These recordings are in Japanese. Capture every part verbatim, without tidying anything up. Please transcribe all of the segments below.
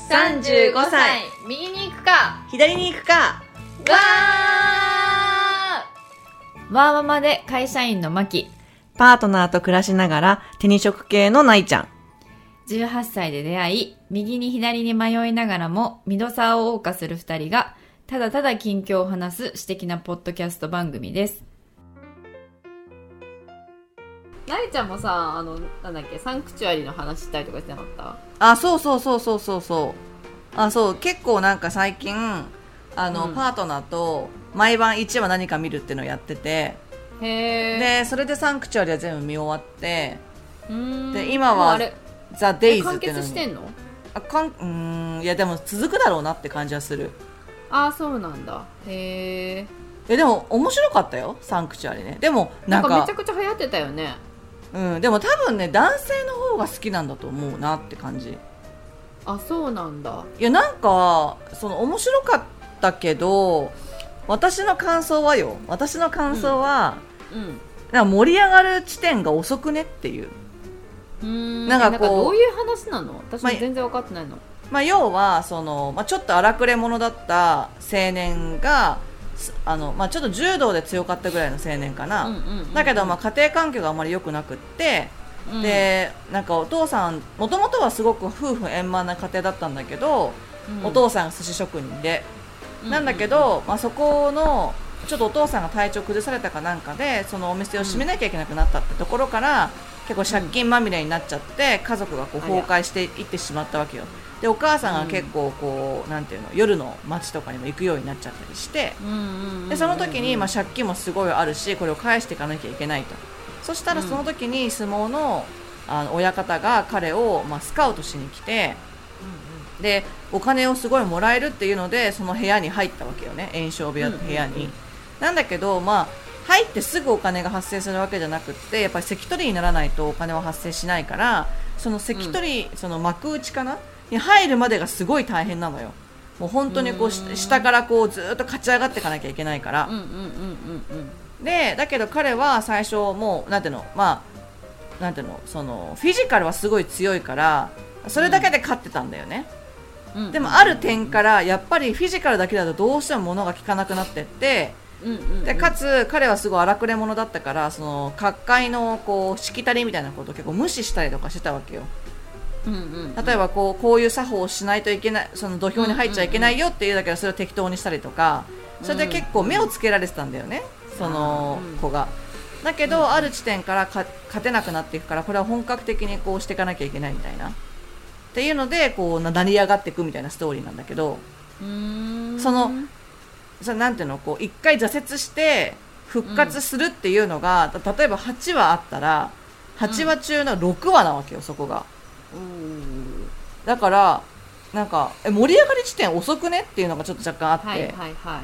さんじゅうごさい、右に行くか左に行くか。 わーワーママで会社員のマキ、 パートナーと暮らしながら手に職系のないちゃん。 じゅうはっさいで出会い、右に左に迷いながらもミドサーを謳歌するふたりがただただ近況を話す私的なポッドキャスト番組です。 なりちゃんもさ、あのなんだっけ、サンクチュアリの話したりとかしてなかった？ あ、そうそうそうそうそうそうあそう結構なんか最近あの、うん、パートナーと毎晩いちわ何か見るっていうのをやってて、 へでそれでサンクチュアリは全部見終わって、 うーんで今はザ・デイズっていうのに完結してんの？ あかんうーんいやでも続くだろうなって感じはする。 あ、そうなんだ。へえ。 えでも面白かったよサンクチュアリね。でもなんかなんかめちゃくちゃ流行ってたよね。 うん、でも多分ね男性の方が好きなんだと思うなって感じ。 あ、そうなんだ。 いやなんかその面白かったけど、私の感想はよ私の感想は、 うんうん、 なんか盛り上がる地点が遅くねっていう。 うーんなんかこう、 なんかどういう話なの？私も全然分かってないの。 まあ、要はその、まあ、ちょっと荒くれ者だった青年があの、まあ、ちょっと柔道で強かったぐらいの青年かな、 うんうんうんうん、 だけど、まあ、家庭環境があまり良くなくって、うん、でなんかお父さんもともとはすごく夫婦円満な家庭だったんだけど、うん、お父さんが寿司職人で、うん、なんだけど、まあ、そこのちょっとお父さんが体調崩されたかなんかでそのお店を閉めなきゃいけなくなったってところから、うん、結構借金まみれになっちゃって家族がこう崩壊していってしまったわけよ。でお母さんが結構こう、なんていうの夜の街とかにも行くようになっちゃったりして、でその時にまあ借金もすごいあるしこれを返していかなきゃいけないと。そしたらその時に相撲の、あの親方が彼をまあスカウトしに来て、でお金をすごいもらえるっていうのでその部屋に入ったわけよね、炎症部屋の部屋に。なんだけどまあ入ってすぐお金が発生するわけじゃなくってやっぱり関取にならないとお金は発生しないから、その関取、うん、その幕内かなに入るまでがすごい大変なのよ。もう本当にこう下からこうずっと勝ち上がっていかなきゃいけないから。でだけど彼は最初もうなんていうのまあなんていうのそのフィジカルはすごい強いからそれだけで勝ってたんだよね、うん、でもある点からやっぱりフィジカルだけだとどうしても物が効かなくなってって、うんうんうん、でかつ彼はすごい荒くれ者だったからその各界のこうしきたりみたいなことを結構無視したりとかしてたわけよ。うんうんうん、例えばこう、こういう作法をしないといけないその土俵に入っちゃいけないよっていうだけどそれを適当にしたりとかそれで結構目をつけられてたんだよね、その子が。だけどある地点からか勝てなくなっていくからこれは本格的にこうしていかなきゃいけないみたいなっていうのでこう成り上がっていくみたいなストーリーなんだけど、うーんそのそれなんていうのこう一回挫折して復活するっていうのが、うん、例えばはちわあったらはちわ中のろくわなわけよそこが。うんだからなんかえ盛り上がり地点遅くねっていうのがちょっと若干あって、はいはいはいはい、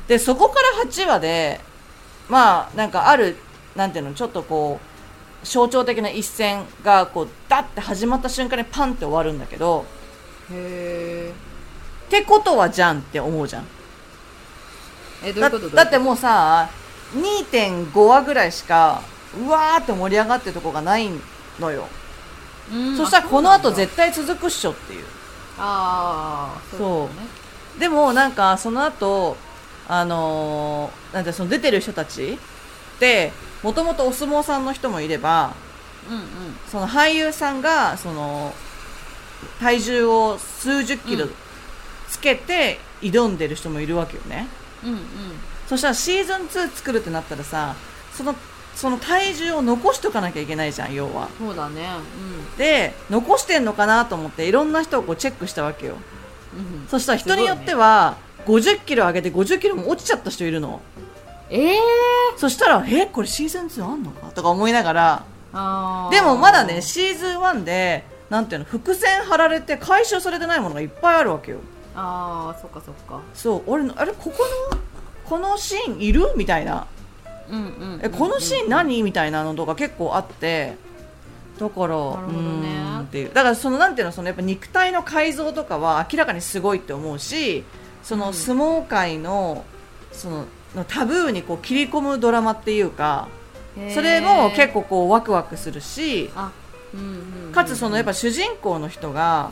でそこからはちわでまあなんかあるなんていうのちょっとこう象徴的な一戦がこうダッて始まった瞬間にパンって終わるんだけど、へーってことはじゃんって思うじゃん。 えどういうこと？ だ, だってもうさ にてんご 話ぐらいしかうわーって盛り上がってるとこがないのよ。そしたらこの後絶対続くっしょっていう。 ああ、そうだね。 そうでもなんかその後あのー、なんてその出てる人たちってもともとお相撲さんの人もいれば、うんうん、その俳優さんがその体重を数十キロつけて挑んでる人もいるわけよね、うんうん、そしたらシーズンツー作るってなったらさそのその体重を残しておかなきゃいけないじゃん要は。 そうだね、うん、 で残してんのかなと思っていろんな人をこうチェックしたわけよ、うん、そしたら人によってはごじゅっキロ上げてごじゅっキロも落ちちゃった人いるの。 えー、 そしたらえこれシーズンツーあんのかとか思いながら、あでもまだねシーズンワンでなんていうの伏線張られて回収されてないものがいっぱいあるわけよ。 あーそっかそっか。 そう俺あれここのこのシーンいるみたいな、うんうんうんうん、えこのシーン何みたいなのとか結構あってだからなるほど、ね、うんっていうだからそのなんていうのそのやっぱ肉体の改造とかは明らかにすごいって思うしその相撲界のそのタブーにこう切り込むドラマっていうかそれも結構こうワクワクするしあ、うんうんうんうん、かつそのやっぱ主人公の人が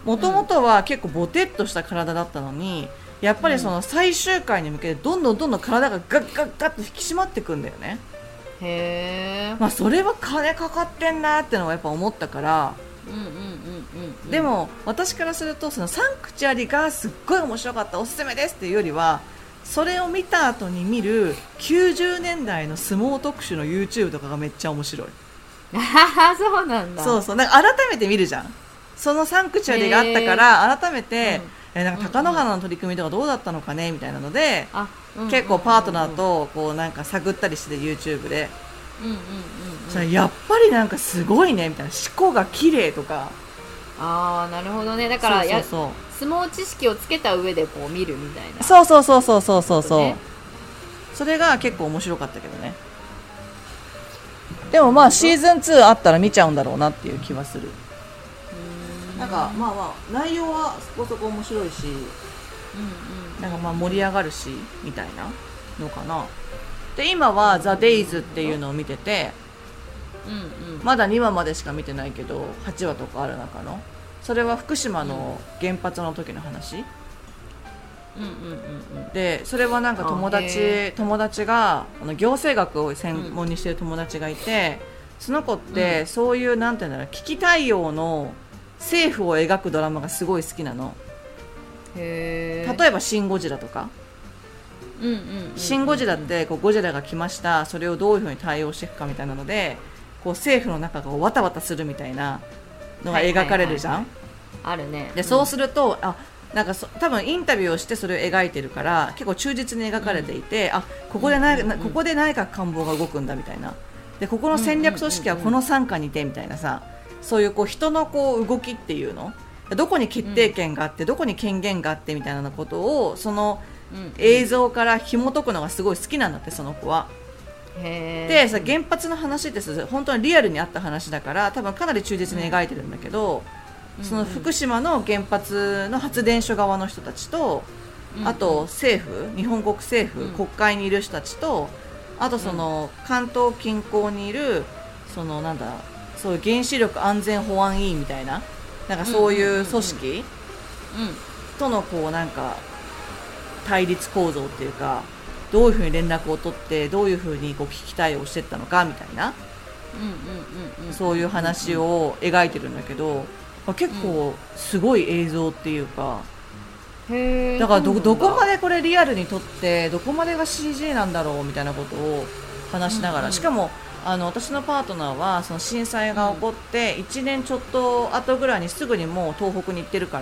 もともとは結構ボテッとした体だったのに、やっぱりその最終回に向けてどんどんどんどん体がガッガッガッと引き締まっていくんだよね。 へー、 まあそれは金かかってんなってのはやっぱ思ったから、 うんうんうんうんうん、 でも私からするとそのサンクチュアリがすっごい面白かったおすすめですっていうよりは、それを見た後に見るきゅうじゅうねんだいの相撲特集の YouTube とかがめっちゃ面白い。 あそうなんだ。 そうそう、なんか改めて見るじゃん。そのサンクチュアリがあったから改めて、うん、えなんか貴乃花の取り組みとかどうだったのかねみたいなので、うん、結構パートナーとこうなんか探ったりして YouTube で、うんうんうんうん、それやっぱりなんかすごいねみたいな、思考が綺麗とか。 ああなるほどね。だからやそうそうそう相撲知識をつけた上でこう見るみたいな。 そうそうそうそうそうそうそう、ね、それが結構面白かったけどね。でもまあシーズンツーあったら見ちゃうんだろうなっていう気はする。なんかまあまあ内容はそこそこ面白いし、うんうん、なんかまあ盛り上がるしみたいなのかな。で今はザ・デイズっていうのを見てて、うんうん、まだにわまでしか見てないけどはちわとかある中の、それは福島の原発の時の話、うんうんうんうん、でそれはなんか友達友達があの行政学を専門にしてる友達がいて、うん、その子ってそういうなんていうんだろう、危機対応の政府を描くドラマがすごい好きなの。へー、例えばシン・ゴジラとか、うんうんうんうん、シン・ゴジラってこうゴジラが来ました、それをどういう風に対応していくかみたいなので、こう政府の中がわたわたするみたいなのが描かれるじゃん、はいはいはいはい、あるね。でそうすると、うん、あなんかそ多分インタビューをしてそれを描いてるから結構忠実に描かれていて、うん、あここで内、うんうんうん、ここで内閣官房が動くんだみたいな、でここの戦略組織はこの傘下にいてみたいなさ、そういうこう人のこう動きっていうの、どこに決定権があって、うん、どこに権限があってみたいなことをその映像から紐解くのがすごい好きなんだって、その子は。へでさ、原発の話って本当にリアルにあった話だから多分かなり忠実に描いてるんだけど、うん、その福島の原発の発電所側の人たちと、うん、あと政府、日本国政府、うん、国会にいる人たちと、あとその関東近郊にいるそのなんだそういう原子力安全保安委員みたいな、なんかそういう組織とのこうなんか対立構造っていうか、どういうふうに連絡を取ってどういうふうにこう危機対応していったのかみたいな、そういう話を描いてるんだけど、結構すごい映像っていうか、だから ど, どこまでこれリアルに撮ってどこまでが シージー なんだろうみたいなことを話しながら、しかもあの私のパートナーはその震災が起こっていちねんちょっと後ぐらいにすぐにもう東北に行ってるから、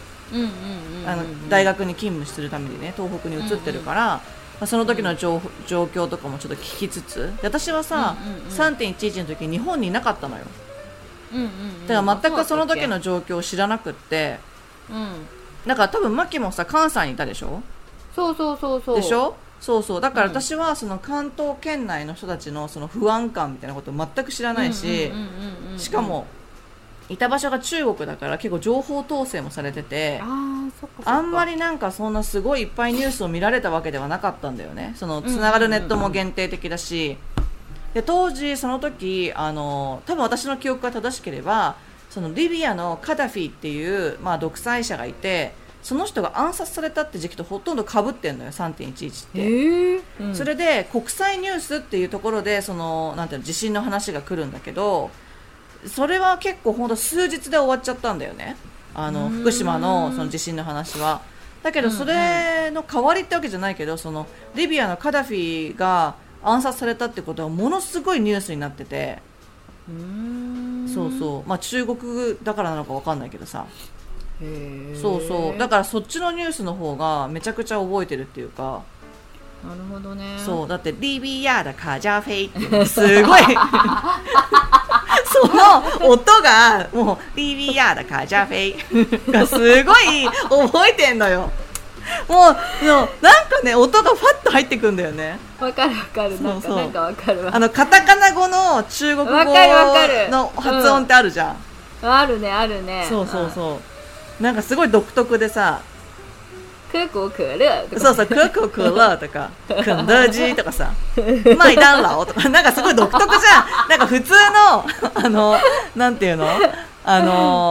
大学に勤務するためにね東北に移ってるから、まあ、その時の 状, 状況とかもちょっと聞きつつ、で私はさ、うんうんうん、さんてんいちいち の時に日本にいなかったのよ、うんうんうん、だから全くその時の状況を知らなくって、うん、だから多分マキもさ関西にいたでしょ。 そうそうそうそうでしょ。そうそう、だから私はその関東圏内の人たちのその不安感みたいなことを全く知らないし、しかもいた場所が中国だから結構情報統制もされてて、 あ, そっかそっかあんまりなんかそんなすごいいっぱいニュースを見られたわけではなかったんだよね。そのつながるネットも限定的だし、で当時その時あの多分私の記憶が正しければそのリビアのカダフィっていう、まあ、独裁者がいて、その人が暗殺されたって時期とほとんど被ってんのよ さんてんいちいち って、えーうん、それで国際ニュースっていうところでそのなんていうの地震の話が来るんだけど、それは結構ほんと数日で終わっちゃったんだよね、あの福島 の, その地震の話は。だけどそれの代わりってわけじゃないけど、そのリビアのカダフィが暗殺されたってことはものすごいニュースになってて、うーんそうそう、まあ、中国だからなのか分かんないけどさ、へそうそう、だからそっちのニュースの方がめちゃくちゃ覚えてるっていうか。 なるほどね。 そうだってリビアだカジャフェイってすごいその音がもうリビアだカジャフェイがすごい覚えてんのよ。もうなんかね音がファッと入ってくんだよね。 わかるわかる、なんかなんかわかるわ。 あのカタカナ語の中国語の発音ってあるじゃん、 うん、あるねあるね。 そうそうそう、うん、なんかすごい独特でさ、 可口可乐とか、 そうそう可口可乐とか肯德基とかさ麦当劳とかなんかすごい独特じゃん。なんか普通のあのなんていうのあの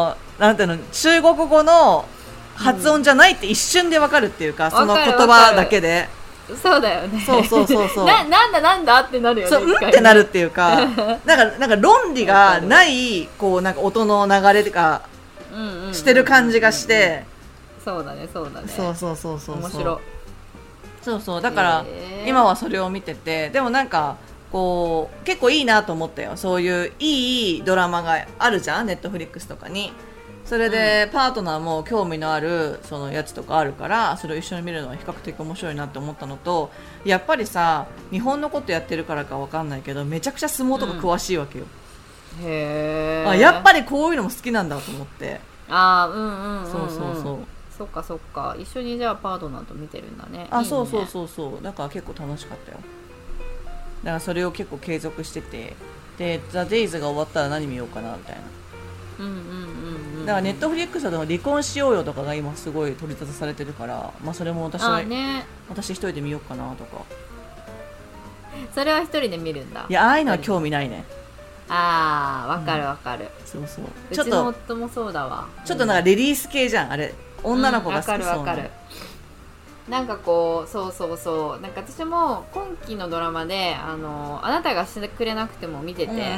なんていうの中国語の発音じゃないって一瞬でわかるっていうか、うん、その言葉だけでそうだよねそうそうそうそうな, なんだなんだってなるよねそううんってなるっていうかなんかなんか論理がないこうなんか音の流れがしてる感じがして、 そうだねそうだねそうそうそうそう面白いそうそうだから今はそれを見てて、でもなんかこう結構いいなと思ったよ。そういういいドラマがあるじゃんネットフリックスとかに。それでパートナーも興味のあるそのやつとかあるから、それを一緒に見るのは比較的面白いなって思ったのと、やっぱりさ日本のことやってるからかわかんないけどめちゃくちゃ相撲とか詳しいわけよ、 うん、へーあやっぱりこういうのも好きなんだと思って。 あーうんうんうん、うん、 そうそうそうそっかそっか一緒にじゃあパートナーと見てるんだね。 あいいね、 そうそうそうそうだから結構楽しかったよ。だからそれを結構継続してて、で「ザ・デイズが終わったら何見ようかなみたいな。 うんうんうんうん、 だからネットフリックスでも離婚しようよとかが今すごい取り沙汰されてるから、まあ、それも私は、 ね、 私一人で見ようかなとか。 それは一人で見るんだ。 いやああいうのは興味ないね。 あーわかるわかる、 うん、そうそううちの夫もそうだわ。 ちょっとなんかレディース系じゃんあれ、女の子が好きそうな、 うん、わかるわかる。なんかこうそうそうそうなんか私も今期のドラマであのあなたがしてくれなくても見てて、うんうんうん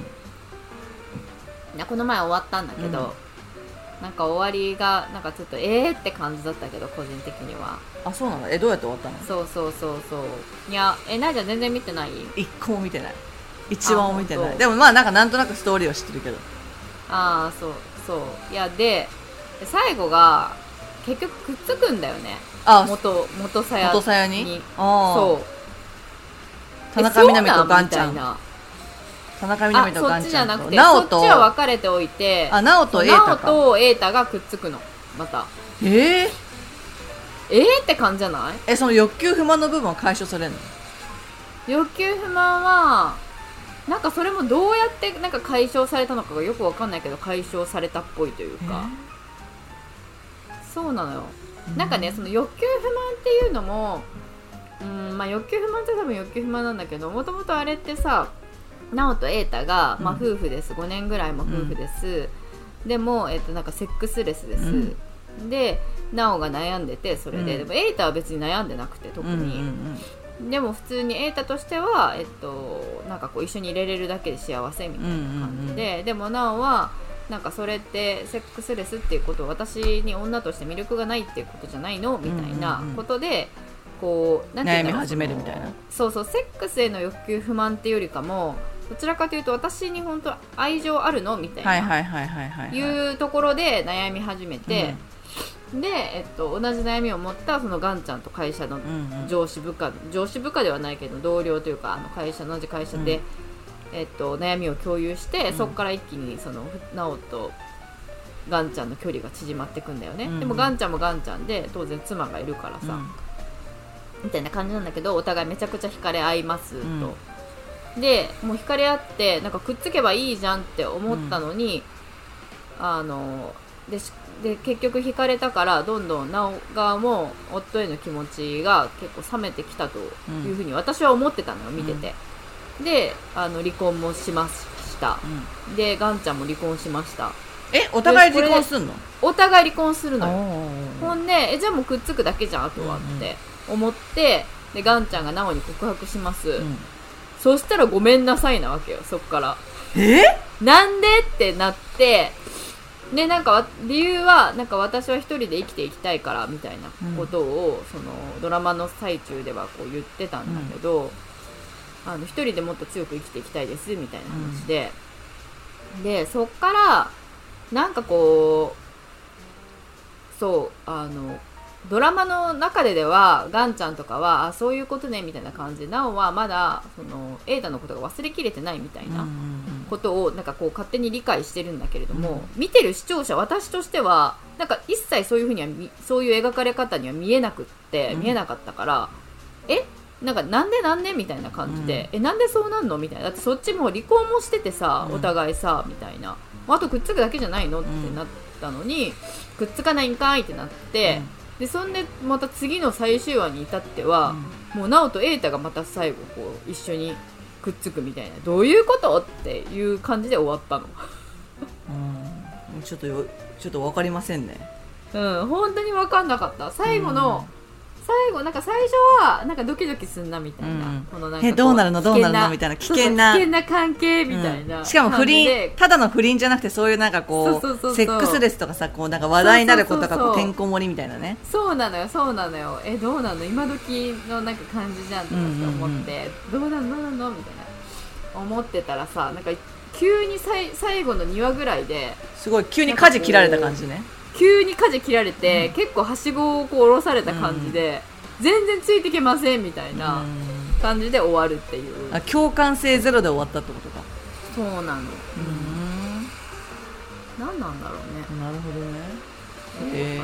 うん、この前終わったんだけど、うん、なんか終わりがなんかちょっとえーって感じだったけど個人的には。 あそうなんだ。えどうやって終わったの？ そうそうそうそういやえなーちゃん全然見てない？ 一個も見てない。一番も見てない。でもまあなんかなんとなくストーリーは知ってるけど。 ああそうそういやで最後が結局くっつくんだよね。あ元元さやに。 元さやに。 あそう田中みな実とガンちゃん。田中みな実とガンちゃんと直人。そっちは分かれておいて、 あ直人瑛太か。 直人瑛太がくっつくのまた。 えー、 えーって感じじゃない？ えその欲求不満の部分は解消されるの？ 欲求不満はなんかそれもどうやってなんか解消されたのかがよく分かんないけど解消されたっぽいというか、えー、そうなのよ。なんかねその欲求不満っていうのもうんまあ欲求不満って多分欲求不満なんだけど、もともとあれってさ直人瑛太が、まあ、夫婦です、うん、ごねんぐらいも夫婦です、うん、でも、えっと、なんかセックスレスです、うん、で直が悩んでてそれで、うん、でも瑛太は別に悩んでなくて特に、うんうんうん、でも普通に瑛太としては、えっと、なんかこう一緒にいれれるだけで幸せみたいな感じで、うんうんうん、でも直はなんかそれってセックスレスっていうことを私に女として魅力がないっていうことじゃないのみたいなことで、うんうんうん、こうなんていうんだろう、悩み始めるみたいな。そうそうセックスへの欲求不満っていうよりかもどちらかというと私に本当愛情あるのみたいないうところで悩み始めて、うん、で、えっと、同じ悩みを持ったそのガンちゃんと会社の上司部下、うんうん、上司部下ではないけど同僚というかあの会社同じ会社で、うんえっと、悩みを共有して、うん、そこから一気にその直とガンちゃんの距離が縮まっていくんだよね、うんうん、でもガンちゃんもガンちゃんで当然妻がいるからさ、うん、みたいな感じなんだけどお互いめちゃくちゃ惹かれ合いますと、うんでもう惹かれ合ってなんかくっつけばいいじゃんって思ったのに、うん、あの で, で結局惹かれたからどんどん直側も夫への気持ちが結構冷めてきたというふうに私は思ってたのよ見てて、うん、であの離婚もしました、うん、でガンちゃんも離婚しました。 えお互い離婚するの？ お互い離婚するのよ。ほんでえじゃあもうくっつくだけじゃんあとはって思って、でガンちゃんが直に告白します、うんそしたらごめんなさいなわけよそっから。 えなんでってなってでなんか理由はなんか私は一人で生きていきたいからみたいなことを、うん、そのドラマの最中ではこう言ってたんだけど、うん、あの一人でもっと強く生きていきたいですみたいな話で、うん、でそっからなんかこうそうあのドラマの中でではガンちゃんとかはあそういうことねみたいな感じでナオはまだその瑛太のことが忘れきれてないみたいなことをなんかこう勝手に理解してるんだけれども、うん、見てる視聴者私としてはなんか一切そういう風にはそういう描かれ方には見えなくって、うん、見えなかったからえなんかなんでなんでみたいな感じで、うん、えなんでそうなんのみたいなだってそっちも離婚もしててさ、うん、お互いさみたいなあとくっつくだけじゃないのってなったのに、うん、くっつかないんかいってなって、うんでそんでまた次の最終話に至っては、うん、もう直と瑛太がまた最後こう一緒にくっつくみたいなどういうことっていう感じで終わったの、 うん、 ちょっとよちょっと分かりませんね。 うん本当に分かんなかった。最後の、うん最後なんか最初はなんかドキドキすんなみたいな、うん、このなんかえどうなるのどうなるのみたいな危険なそうそう危険な関係みたいな、 うん、しかも不倫ただの不倫じゃなくてそういうなんかこうそうそうそうそうセックスレスとかさこうなんか話題になることがこうてんこ盛りみたいなね。 そうなのよそうなのよえどうなの今時のなんか感じじゃんとかって思って、うんうんうん、どうなのどうなのみたいな思ってたらさなんか急にさい最後のにわぐらいですごい急に舵切られた感じね。 急に舵切られて、うん、結構はしごをこう下ろされた感じで、うん、全然ついてけませんみたいな感じで終わるっていう、 あ共感性ゼロで終わったってことか。 そうなの。うん何なんだろうね。 なるほどね。えー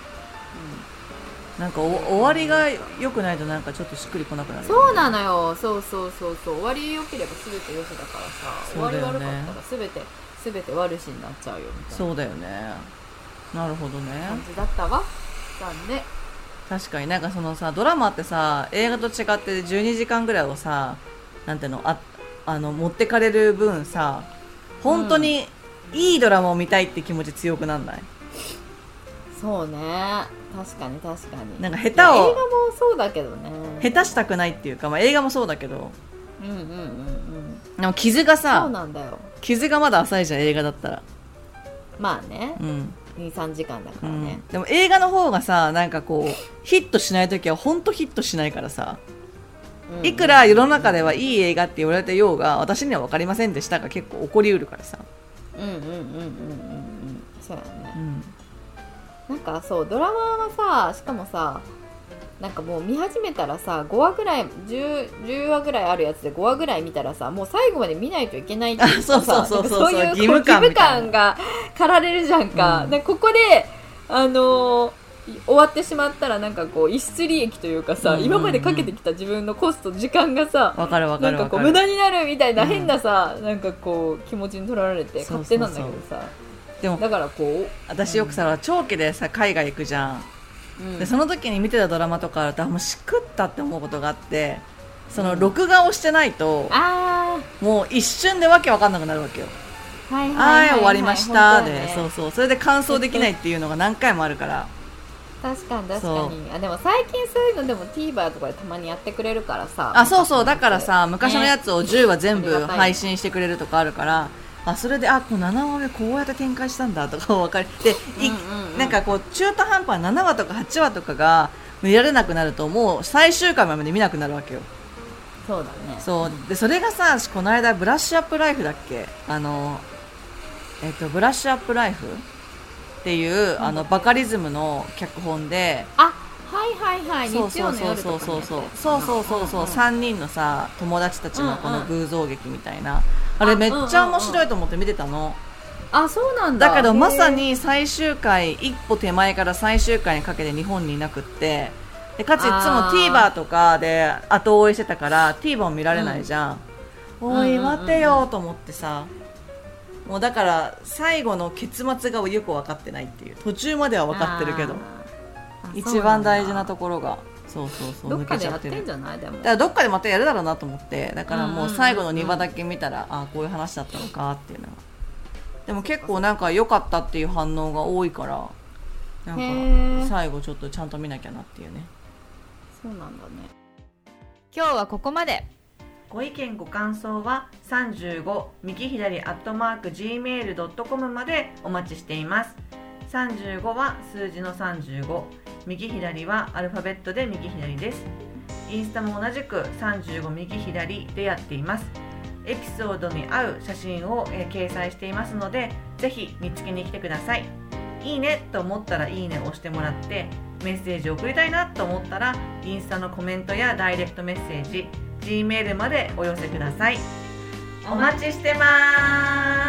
うん、なんかお終わりが良くないとなんかちょっとしっくりこなくなる、ね、 そうなのよそうそうそうそう終わり良ければ全て良しだからさ、終わり悪かったら全て全て悪しになっちゃうよみたいな。 そうだよね。なるほどね。 感じだったわ。残念。 確かになんかそのさドラマってさ映画と違ってじゅうにじかんぐらいをさなんていうの あ, あの持ってかれる分さ本当にいいドラマを見たいって気持ち強くなんない、うん、 そうね確かに確かに。 なんか下手を映画もそうだけどね下手したくないっていうか、まあ、映画もそうだけどうんうんうんうんでも傷がさそうなんだよ傷がまだ浅いじゃん映画だったら。 まあね、 うん、 にさんじかんだからね、 うん、でも映画の方がさなんかこうヒットしないときは本当ヒットしないからさ、うん、いくら世の中ではいい映画って言われてようが私には分かりませんでしたが結構起こりうるからさ。 うんうんうんうんうんうんそうやね、うん、なんかそうドラマはさしかもさなんかもう見始めたらさごわぐらい 10, じゅうわぐらいあるやつでごわぐらい見たらさもう最後まで見ないといけないっていうかさそういう義務感みたいな義務感が駆られるじゃんか、うん、でここであのー、終わってしまったらなんかこう逸失利益というかさ、うんうんうん、今までかけてきた自分のコスト時間がさわかるわかるなんかこう無駄になるみたいな変なさ、うん、なんかこう気持ちに取られて勝手なんだけどさ。そうそうそうでもだからこう私よくさ、うん、長期でさ海外行くじゃん。うん、でその時に見てたドラマとかあるともうしくったって思うことがあってその録画をしてないと、うん、あもう一瞬でわけわかんなくなるわけよ。 はいはいはいはい、 はい終わりましたで、ね、そうそうそれで感想できないっていうのが何回もあるから確かに確かに。あでも最近そういうのでも TVer とかでたまにやってくれるからさあそうそうだからさ昔のやつをじゅうわ全部配信してくれるとかあるからあそれであこのななわめこうやって展開したんだとか分かるで、うんうんうん、なんかこう中途半端ななわとかはちわとかが見られなくなるともう最終回まで見なくなるわけよ。 そうだね。 そうでそれがさこの間ブラッシュアップライフだっけあのえっとブラッシュアップライフっていう、うん、あのバカリズムの脚本であはいはいはいそうそうそうそうそうそうそうそうそうそうさんにんのさ友達たちのこの偶像劇みたいな、うんうん、あれめっちゃ面白いと思って見てたの。 あそうなんだ。 だけどまさに最終回一歩手前から最終回にかけて日本にいなくってでかついつも TVer とかで後追いしてたから TVer も見られないじゃん、うん、おい待てよと思ってさもうだから最後の結末がよく分かってないっていう途中までは分かってるけど一番大事なところがそうそうそう抜けちゃってる。どっかでやってんじゃないでもだからどっかでまたやるだろうなと思ってだからもう最後のにわだけ見たら、うんうんうん、あこういう話だったのかっていうのがでも結構なんか良かったっていう反応が多いからなんか最後ちょっとちゃんと見なきゃなっていうね。 そうなんだね。 今日はここまで。 ご意見ご感想はさんじゅうご右左アットマーク ジーメールドットコム までお待ちしています。さんじゅうごは数字のさんじゅうご右左はアルファベットで右左です。インスタも同じくさんじゅうご右左でやっています。エピソードに合う写真を、えー、掲載していますのでぜひ見つけに来てください。いいねと思ったらいいねを押してもらってメッセージを送りたいなと思ったらインスタのコメントやダイレクトメッセージ Gmail までお寄せください。お待ちしてます。